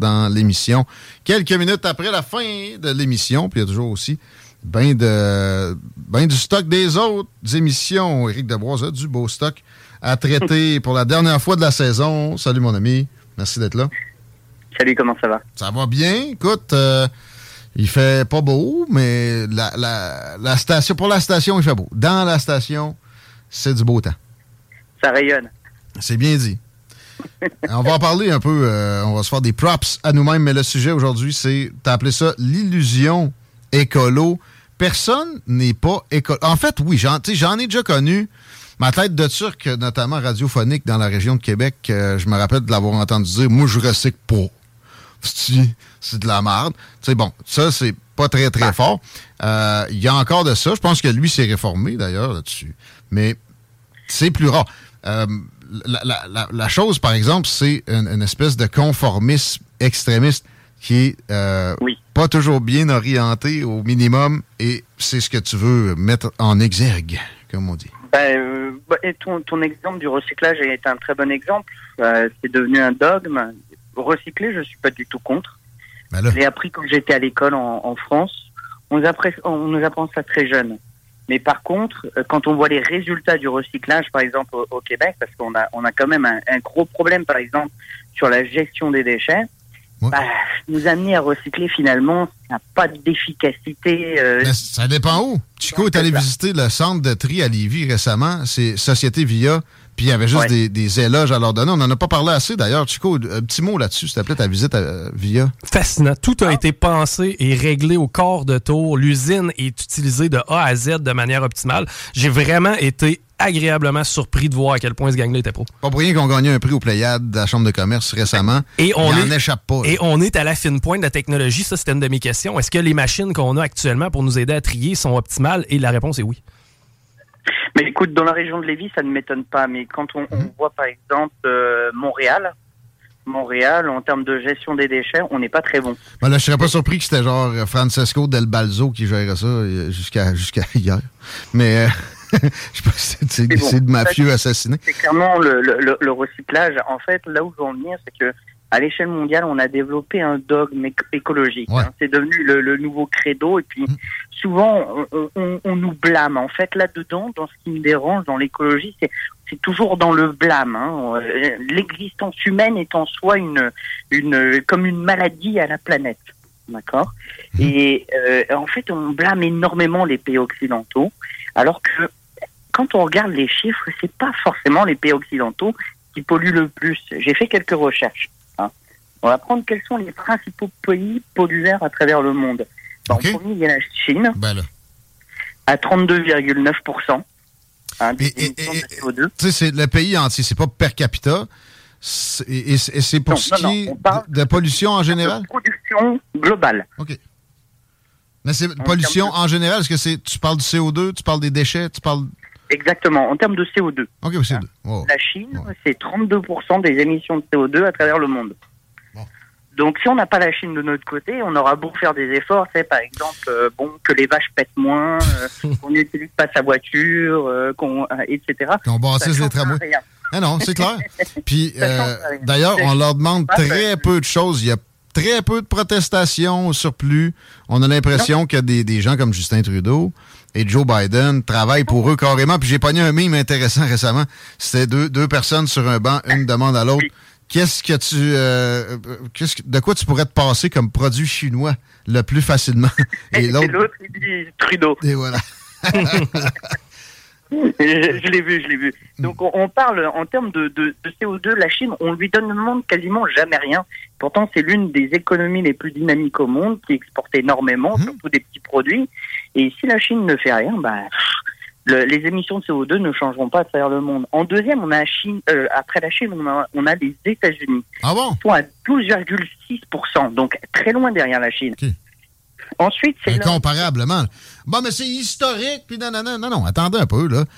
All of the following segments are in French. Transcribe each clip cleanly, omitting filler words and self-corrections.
dans l'émission. Quelques minutes après la fin de l'émission, puis il y a toujours aussi ben du stock des autres émissions. Éric Debroise a du beau stock à traiter pour la dernière fois de la saison. Salut mon ami, merci d'être là. Salut, comment ça va? Ça va bien. Écoute, il fait pas beau, mais la station, pour la station, il fait beau. Dans la station, c'est du beau temps. Ça rayonne. C'est bien dit. On va en parler un peu. On va se faire des props à nous-mêmes, mais le sujet aujourd'hui, c'est, t'as appelé ça l'illusion écolo. Personne n'est pas écolo. En fait, oui, j'en ai déjà connu. Ma tête de Turc, notamment radiophonique dans la région de Québec, je me rappelle de l'avoir entendu dire, moi, je recycle pas. C'est de la merde. Tu sais, bon, ça, c'est pas très, très fort. Il y a encore de ça. Je pense que lui s'est réformé, d'ailleurs, là-dessus. Mais c'est plus rare. La chose, par exemple, c'est une espèce de conformisme extrémiste qui est pas toujours bien orienté au minimum, et c'est ce que tu veux mettre en exergue, comme on dit. Et ton exemple du recyclage est un très bon exemple. C'est devenu un dogme. Recycler, je suis pas du tout contre. Je l'ai appris quand j'étais à l'école en France. On nous apprend ça très jeune. Mais par contre, quand on voit les résultats du recyclage, par exemple au Québec, parce qu'on a quand même un gros problème, par exemple, sur la gestion des déchets, nous amener à recycler, finalement, ça n'a pas d'efficacité. Mais ça dépend où. Chico est allé visiter le centre de tri à Lévis récemment. C'est Société Via. Puis il y avait juste des éloges à leur donner. On n'en a pas parlé assez, d'ailleurs. Chico, un petit mot là-dessus, s'il te plaît, ta visite à Via. Fascinant. Tout a été pensé et réglé au quart de tour. L'usine est utilisée de A à Z de manière optimale. J'ai vraiment été agréablement surpris de voir à quel point ce gang-là était pro. Pas pour rien qu'on gagnait un prix au Pléiade de la Chambre de commerce récemment. Et on n'en échappe pas. Et on est à la fine pointe de la technologie. Ça, c'était une de mes questions. Est-ce que les machines qu'on a actuellement pour nous aider à trier sont optimales? Et la réponse est oui. Mais écoute, dans la région de Lévis, ça ne m'étonne pas. Mais quand on voit, par exemple, Montréal, en termes de gestion des déchets, on n'est pas très bon. Ben là, je serais pas surpris que c'était genre Francesco Del Balzo qui gérait ça jusqu'à hier. Mais je sais pas si c'est de mafieux assassinés. C'est clairement le recyclage. En fait, là où je veux en venir, c'est que à l'échelle mondiale, on a développé un dogme écologique. Ouais. C'est devenu le nouveau credo. Et puis, souvent, on nous blâme. En fait, là-dedans, dans ce qui me dérange, dans l'écologie, c'est toujours dans le blâme. L'existence humaine est en soi comme une maladie à la planète. D'accord ? Et en fait, on blâme énormément les pays occidentaux, alors que quand on regarde les chiffres, c'est pas forcément les pays occidentaux qui polluent le plus. J'ai fait quelques recherches. On va prendre quels sont les principaux pays pollueurs à travers le monde. En premier, il y a la Chine, à 32,9%. Des émissions de CO2. Tu sais, c'est le pays entier, c'est pas per capita. Et c'est pour ce qui est de pollution en général? Pollution globale. OK. Mais c'est pollution en général, est-ce que tu parles du CO2, tu parles des déchets, tu parles... Exactement, en termes de CO2. OK, CO2. Oh. La Chine, c'est 32% des émissions de CO2 à travers le monde. Donc, si on n'a pas la Chine de notre côté, on aura beau faire des efforts, c'est par exemple, que les vaches pètent moins, qu'on n'utilise pas sa voiture, etc. Qu'on bâtisse les tramways. Ah non, c'est clair. Puis, d'ailleurs, on leur demande très peu de choses. Il y a très peu de protestations au surplus. On a l'impression que des gens comme Justin Trudeau et Joe Biden travaillent pour eux carrément. Puis j'ai pogné un meme intéressant récemment. C'était deux personnes sur un banc, une demande à l'autre. Qu'est-ce que de quoi tu pourrais te passer comme produit chinois le plus facilement? Et l'autre, il dit Trudeau. Et voilà. Je l'ai vu. Donc, on parle en termes de CO2, la Chine, on lui demande quasiment jamais rien. Pourtant, c'est l'une des économies les plus dynamiques au monde, qui exporte énormément, surtout des petits produits. Et si la Chine ne fait rien, les émissions de CO2 ne changeront pas à travers le monde. En deuxième, on a après la Chine, on a les États-Unis. Ah bon? Ils sont à 12,6%, donc très loin derrière la Chine. Okay. Ensuite, c'est incomparablement. Bon, mais c'est historique, puis non, attendez un peu, là.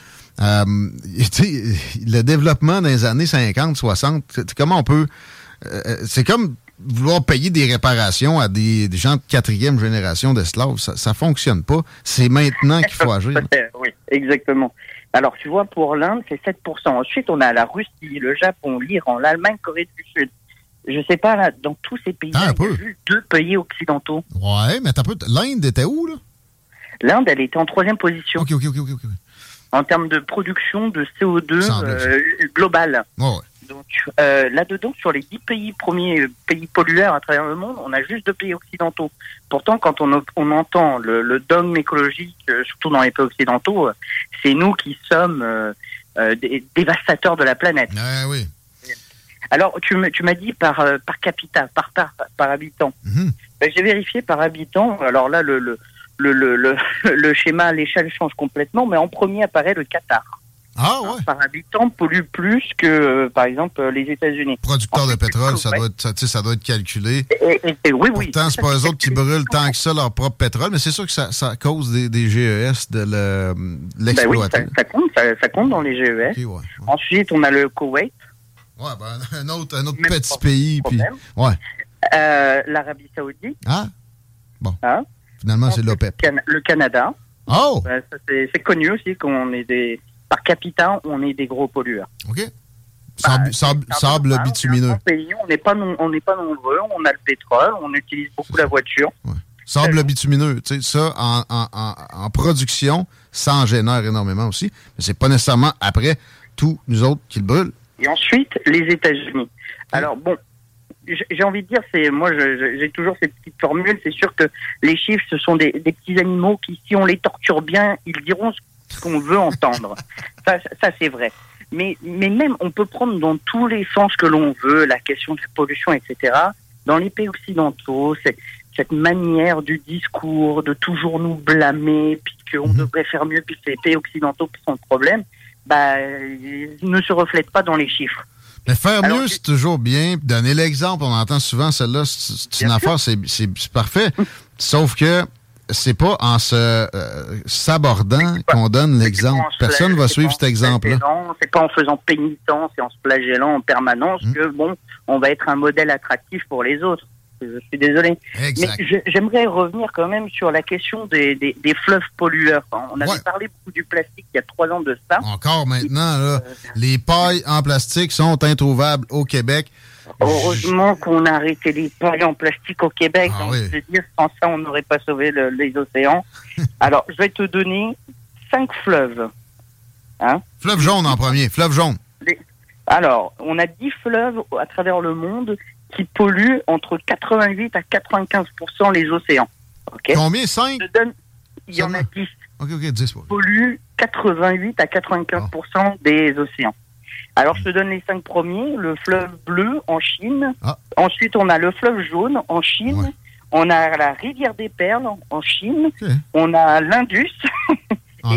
Le développement dans les années 50, 60, comment on peut... c'est comme vouloir payer des réparations à des gens de quatrième génération d'esclaves. Ça fonctionne pas. C'est maintenant qu'il faut agir. Oui, exactement. Alors, tu vois, pour l'Inde, c'est 7%. Ensuite, on a la Russie, le Japon, l'Iran, l'Allemagne, Corée du Sud. Je sais pas, là, dans tous ces pays, il y a juste 2 pays occidentaux. Ouais, mais l'Inde était où, là? L'Inde, elle était en 3e position. OK. En termes de production de CO2 global. Ouais. Donc, là-dedans, sur les 10 premiers pays pollueurs à travers le monde, on a juste 2 pays occidentaux. Pourtant, quand on entend le dogme écologique, surtout dans les pays occidentaux, c'est nous qui sommes des dévastateurs de la planète. Oui. Alors, tu m'as dit par capita, par habitant. Mm-hmm. Ben, j'ai vérifié par habitant. Alors là, le schéma à l'échelle change complètement, mais en premier apparaît le Qatar. Ah ouais. Par habitant pollue plus que, par exemple, les États-Unis. Producteurs de pétrole, ça doit être calculé. Oui. Pourtant, c'est pas eux autres qui brûlent tant que ça leur propre pétrole, mais c'est sûr que ça cause des GES de l'exploiter. Ben oui, ça compte dans les GES. Okay, ouais. Ensuite, on a le Koweït. Ouais, un autre petit pays. Puis, ouais. L'Arabie Saoudite. Ah, bon. Finalement, c'est l'OPEP. Le Canada. Oh! C'est connu aussi qu'on est par capita, on est des gros pollueurs. OK. Sable bitumineux. On n'est pas nombreux, on a le pétrole, on utilise beaucoup la voiture. Ouais. Sable bitumineux, tu sais, ça, en production, ça en génère énormément aussi. Mais c'est pas nécessairement après tous nous autres qui le brûlent. Et ensuite, les États-Unis. Alors, bon, j'ai envie de dire, moi, j'ai toujours cette petite formule, c'est sûr que les chiffres, ce sont des petits animaux qui, si on les torture bien, ils diront ce qu'on veut entendre. Ça c'est vrai. Mais même, on peut prendre dans tous les sens que l'on veut, la question de la pollution, etc. Dans les pays occidentaux, cette manière du discours, de toujours nous blâmer, puis qu'on devrait faire mieux, puis c'est les pays occidentaux qui sont le problème, ne se reflète pas dans les chiffres. Mais faire mieux, c'est toujours bien. Donner l'exemple, on entend souvent celle-là, c'est une affaire, c'est parfait. Sauf que c'est pas en se s'abordant qu'on donne l'exemple. Personne ne va suivre cet exemple-là. C'est pas en faisant pénitence et en se flagellant en permanence que, on va être un modèle attractif pour les autres. Je suis désolé. Exact. Mais j'aimerais revenir quand même sur la question des fleuves pollueurs. On avait parlé beaucoup du plastique il y a 3 ans de ça. Encore maintenant, là, les pailles en plastique sont introuvables au Québec. Heureusement qu'on a arrêté les pailles en plastique au Québec. Je veux dire, sans ça, on n'aurait pas sauvé les océans. Alors, je vais te donner 5 fleuves. Fleuve jaune en premier, fleuve jaune. Alors, on a 10 fleuves à travers le monde qui polluent entre 88 à 95% les océans. Okay. Combien? 5? Il y en a 10. OK, 10. Polluent 88 à 95% des océans. Alors, je te donne les 5 premiers. Le fleuve bleu en Chine. Ensuite, on a le fleuve jaune en Chine. Ouais. On a la rivière des Perles en Chine. Okay. On a l'Indus. En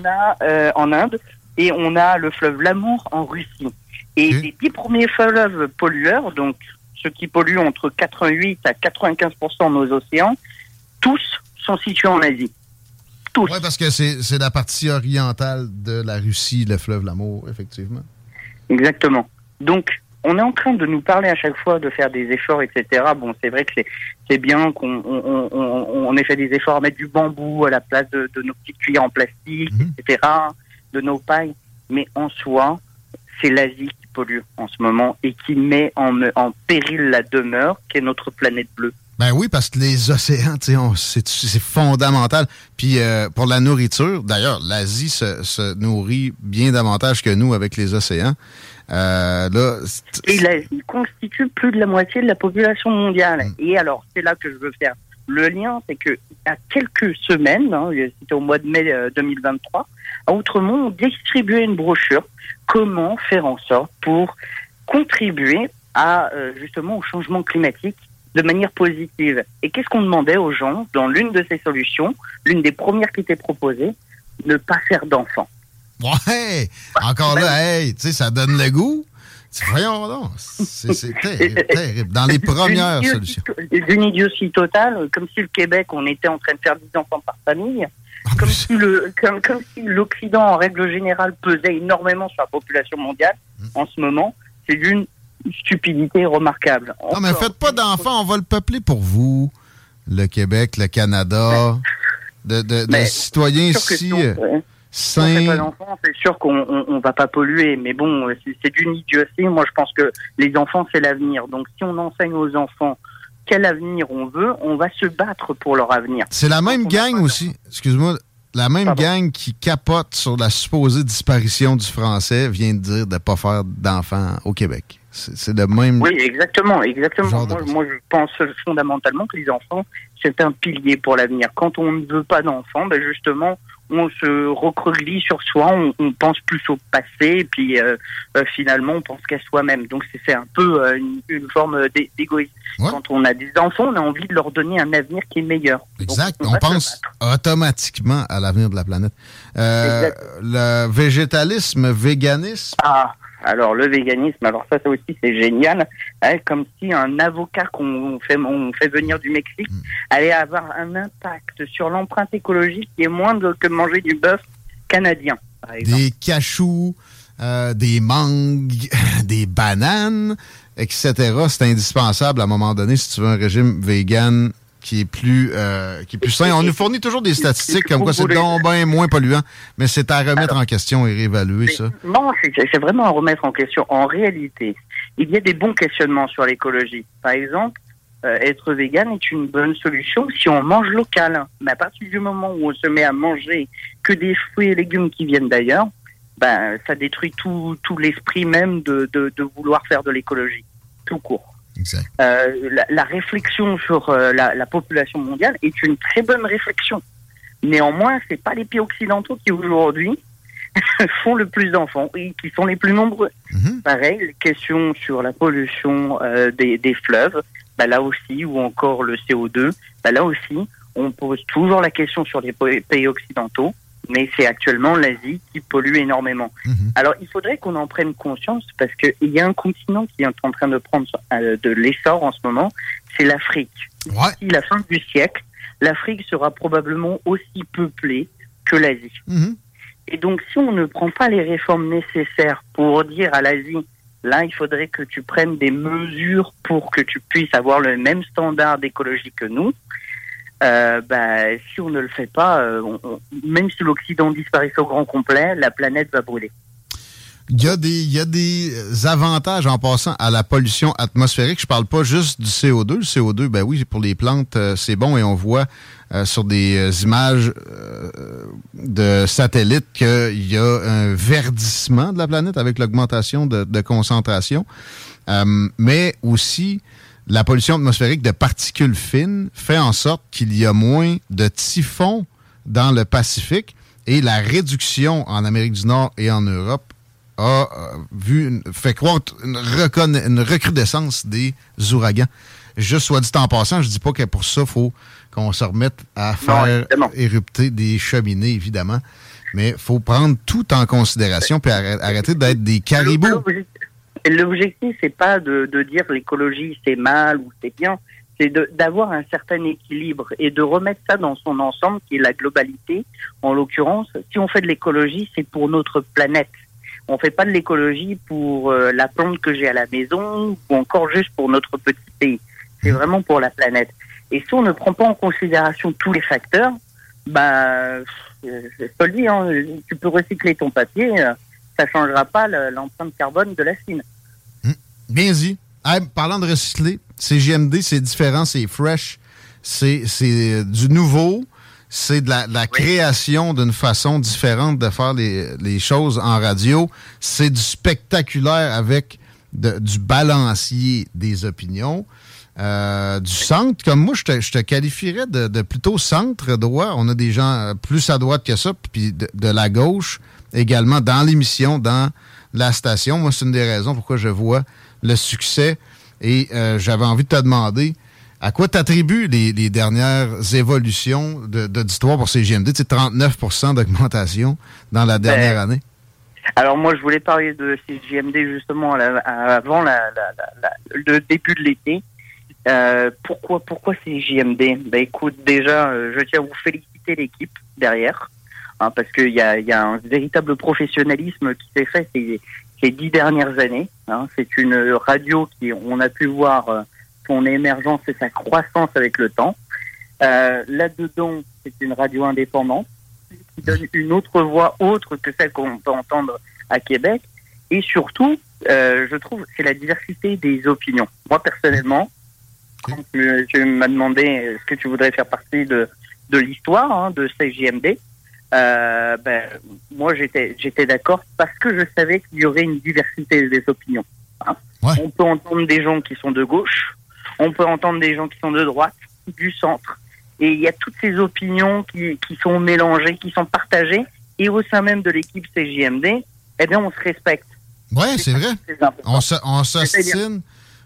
Inde. Et on a le fleuve l'Amour en Russie. Et les 10 premiers fleuves pollueurs, donc ceux qui polluent entre 88 à 95% de nos océans, tous sont situés en Asie. Tous. Oui, parce que c'est la partie orientale de la Russie, le fleuve l'Amour, effectivement. Exactement. Donc, on est en train de nous parler à chaque fois de faire des efforts, etc. Bon, c'est vrai que c'est bien qu'on ait fait des efforts à mettre du bambou à la place de nos petites cuillères en plastique, etc., de nos pailles. Mais en soi, c'est l'Asie qui pollue en ce moment et qui met en péril la demeure qu'est notre planète bleue. Ben oui, parce que les océans, c'est fondamental. Puis pour la nourriture, d'ailleurs, l'Asie se nourrit bien davantage que nous avec les océans. Et l'Asie constitue plus de la moitié de la population mondiale. Et alors, c'est là que je veux faire le lien, c'est que il y a quelques semaines, c'était au mois de mai 2023, à Outremont, on distribuait une brochure comment faire en sorte pour contribuer à justement au changement climatique de manière positive. Et qu'est-ce qu'on demandait aux gens dans l'une de ces solutions, l'une des premières qui était proposée, ne pas faire d'enfants. Ouais! Encore là, tu sais, ça donne le goût. Voyons donc, c'est terrible. Dans les premières solutions. D'une idiotie totale, comme si le Québec, on était en train de faire 10 enfants par famille. Comme si l'Occident, en règle générale, pesait énormément sur la population mondiale. En ce moment, c'est d'une stupidité remarquable. Non, mais faites pas d'enfants, on va le peupler pour vous. Le Québec, le Canada, de citoyens sain. Si on fait pas d'enfants, c'est sûr qu'on va pas polluer. Mais bon, c'est d'une idiotie. Moi, je pense que les enfants, c'est l'avenir. Donc, si on enseigne aux enfants quel avenir on veut, on va se battre pour leur avenir. C'est la même gang aussi, excuse-moi, la même gang qui capote sur la supposée disparition du français vient de dire de ne pas faire d'enfants au Québec. C'est le même... Oui, exactement. Moi, je pense fondamentalement que les enfants, c'est un pilier pour l'avenir. Quand on ne veut pas d'enfants, ben justement, on se recroqueville sur soi, on pense plus au passé, et puis finalement, on pense qu'à soi-même. Donc, c'est un peu une forme d'égoïsme. Ouais. Quand on a des enfants, on a envie de leur donner un avenir qui est meilleur. Exact. Donc, on pense automatiquement à l'avenir de la planète. Le végétalisme, véganisme... Alors, le véganisme, ça aussi, c'est génial. Comme si un avocat qu'on fait venir du Mexique allait avoir un impact sur l'empreinte écologique qui est moindre que manger du bœuf canadien, par exemple. Des cachous, des mangues, des bananes, etc. C'est indispensable à un moment donné si tu veux un régime vegan qui est plus sain. On nous fournit toujours des statistiques comme quoi c'est donc bien moins polluant, mais c'est à remettre en question et réévaluer ça. Non, c'est vraiment à remettre en question. En réalité, il y a des bons questionnements sur l'écologie. Par exemple, être vegan est une bonne solution si on mange local. Mais à partir du moment où on se met à manger que des fruits et légumes qui viennent d'ailleurs, ça détruit tout l'esprit même de vouloir faire de l'écologie, tout court. Exact. La réflexion sur la population mondiale est une très bonne réflexion. Néanmoins, c'est pas les pays occidentaux qui aujourd'hui font le plus d'enfants et qui sont les plus nombreux. Pareil, les questions sur la pollution des fleuves, là aussi, ou encore le CO2, là aussi, on pose toujours la question sur les pays occidentaux. Mais c'est actuellement l'Asie qui pollue énormément. Alors, il faudrait qu'on en prenne conscience parce qu'il y a un continent qui est en train de prendre de l'essor en ce moment, c'est l'Afrique. Ouais. D'ici la fin du siècle, l'Afrique sera probablement aussi peuplée que l'Asie. Et donc, si on ne prend pas les réformes nécessaires pour dire à l'Asie, là, il faudrait que tu prennes des mesures pour que tu puisses avoir le même standard d'écologie que nous, si on ne le fait pas, même si l'Occident disparaissait au grand complet, la planète va brûler. Il y a des avantages en passant à la pollution atmosphérique. Je parle pas juste du CO2. Le CO2, oui, pour les plantes, c'est bon et on voit sur des images de satellites qu'il y a un verdissement de la planète avec l'augmentation de concentration. Mais aussi, la pollution atmosphérique de particules fines fait en sorte qu'il y a moins de typhons dans le Pacifique et la réduction en Amérique du Nord et en Europe a fait croître une recrudescence des ouragans. Juste soit dit en passant, je dis pas que pour ça, il faut qu'on se remette à faire érupter des cheminées, évidemment, mais il faut prendre tout en considération puis arrêter d'être des caribous. L'objectif, c'est pas de dire l'écologie c'est mal ou c'est bien, c'est d'avoir un certain équilibre et de remettre ça dans son ensemble, qui est la globalité. En l'occurrence, si on fait de l'écologie, c'est pour notre planète. On fait pas de l'écologie pour la plante que j'ai à la maison ou encore juste pour notre petit pays. C'est vraiment pour la planète. Et si on ne prend pas en considération tous les facteurs, je te le dis, tu peux recycler ton papier, ça changera pas l'empreinte carbone de la Chine. Bien dit. Parlant de recycler, CJMD, c'est différent, c'est fresh, c'est du nouveau, c'est de la création d'une façon différente de faire les choses en radio, c'est du spectaculaire avec du balancier des opinions, du centre. Comme moi, je te qualifierais de plutôt centre-droit. On a des gens plus à droite que ça, puis de la gauche également dans l'émission, dans la station. Moi, c'est une des raisons pourquoi je vois le succès. Et j'avais envie de te demander à quoi tu attribues les dernières évolutions d'auditoire pour CJMD, 39 % d'augmentation dans la dernière année. Alors moi, je voulais parler de CJMD justement avant le début de l'été. Pourquoi CJMD? Écoute, déjà, je tiens à vous féliciter l'équipe derrière, parce qu'il y a un véritable professionnalisme qui s'est fait ces 10 dernières années. C'est une radio on a pu voir son émergence et sa croissance avec le temps. Là-dedans, c'est une radio indépendante. qui donne une autre voix autre que celle qu'on peut entendre à Québec. Et surtout, je trouve, c'est la diversité des opinions. Moi, personnellement, quand tu m'as demandé est-ce que tu voudrais faire partie de l'histoire de CJMD, moi, j'étais d'accord parce que je savais qu'il y aurait une diversité des opinions. Hein. Ouais. On peut entendre des gens qui sont de gauche, on peut entendre des gens qui sont de droite, du centre. Et il y a toutes ces opinions qui sont mélangées, qui sont partagées. Et au sein même de l'équipe CJMD, eh bien, on se respecte. Oui, c'est vrai. On s'ostine,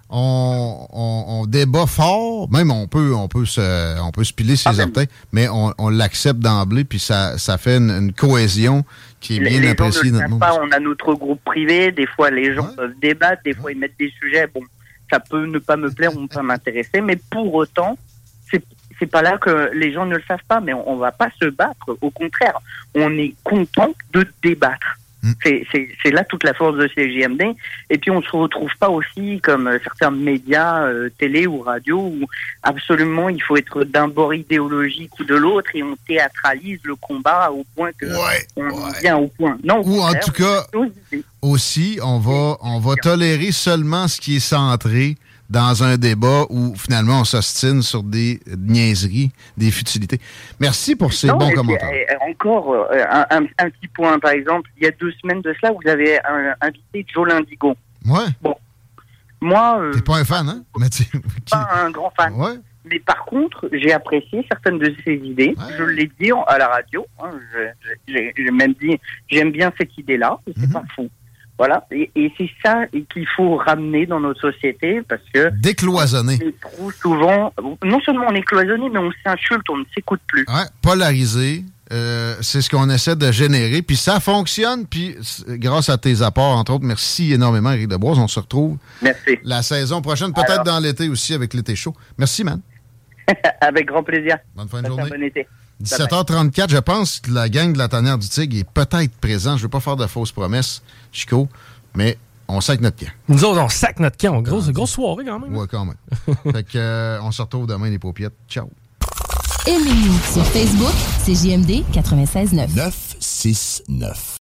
on débat fort. Même on peut se piler ses orteils, mais on l'accepte d'emblée, puis ça fait une cohésion qui est bien appréciée. On a notre groupe privé. Des fois, les gens peuvent débattre. Des fois, ils mettent des sujets. Bon, ça peut ne pas me plaire ou ne pas m'intéresser, mais pour autant, c'est pas là que les gens ne le savent pas, mais on va pas se battre. Au contraire, on est content de débattre. C'est là toute la force de CJMD. Et puis on se retrouve pas aussi comme certains médias, télé ou radio, où absolument il faut être d'un bord idéologique ou de l'autre et on théâtralise le combat au point que on vient au point. Non, ou en tout cas, aussi on va tolérer seulement ce qui est centré dans un débat où, finalement, on s'ostine sur des niaiseries, des futilités. Merci pour ces bons commentaires. Encore, un petit point, par exemple, il y a 2 semaines de cela, vous avez invité Joe Lindigo. Ouais. Bon, moi... T'es pas un fan, hein? Pas un grand fan. Ouais. Mais par contre, j'ai apprécié certaines de ses idées. Ouais. Je l'ai dit à la radio. Hein, j'ai même dit, j'aime bien cette idée-là. C'est pas fou. Voilà, et c'est ça qu'il faut ramener dans notre société, parce que... Décloisonner. Trop souvent, non seulement on est cloisonné, mais on s'insulte, on ne s'écoute plus. Ouais, polarisé, c'est ce qu'on essaie de générer, puis ça fonctionne, puis grâce à tes apports, entre autres, merci énormément, Éric Deboise, on se retrouve la saison prochaine, peut-être dans l'été aussi, avec l'été chaud. Merci, man. Avec grand plaisir. Bonne fin de journée. Bon été. 17h34, je pense que la gang de la Tanière du Tigre est peut-être présente. Je ne veux pas faire de fausses promesses, Chico, mais on sac notre camp. Nous autres, on sac notre camp. Grosse soirée quand même. Ouais, quand même. Fait que, on se retrouve demain, les paupiettes. Ciao. Aimez-nous sur Facebook, c'est JMD 96.9. 969.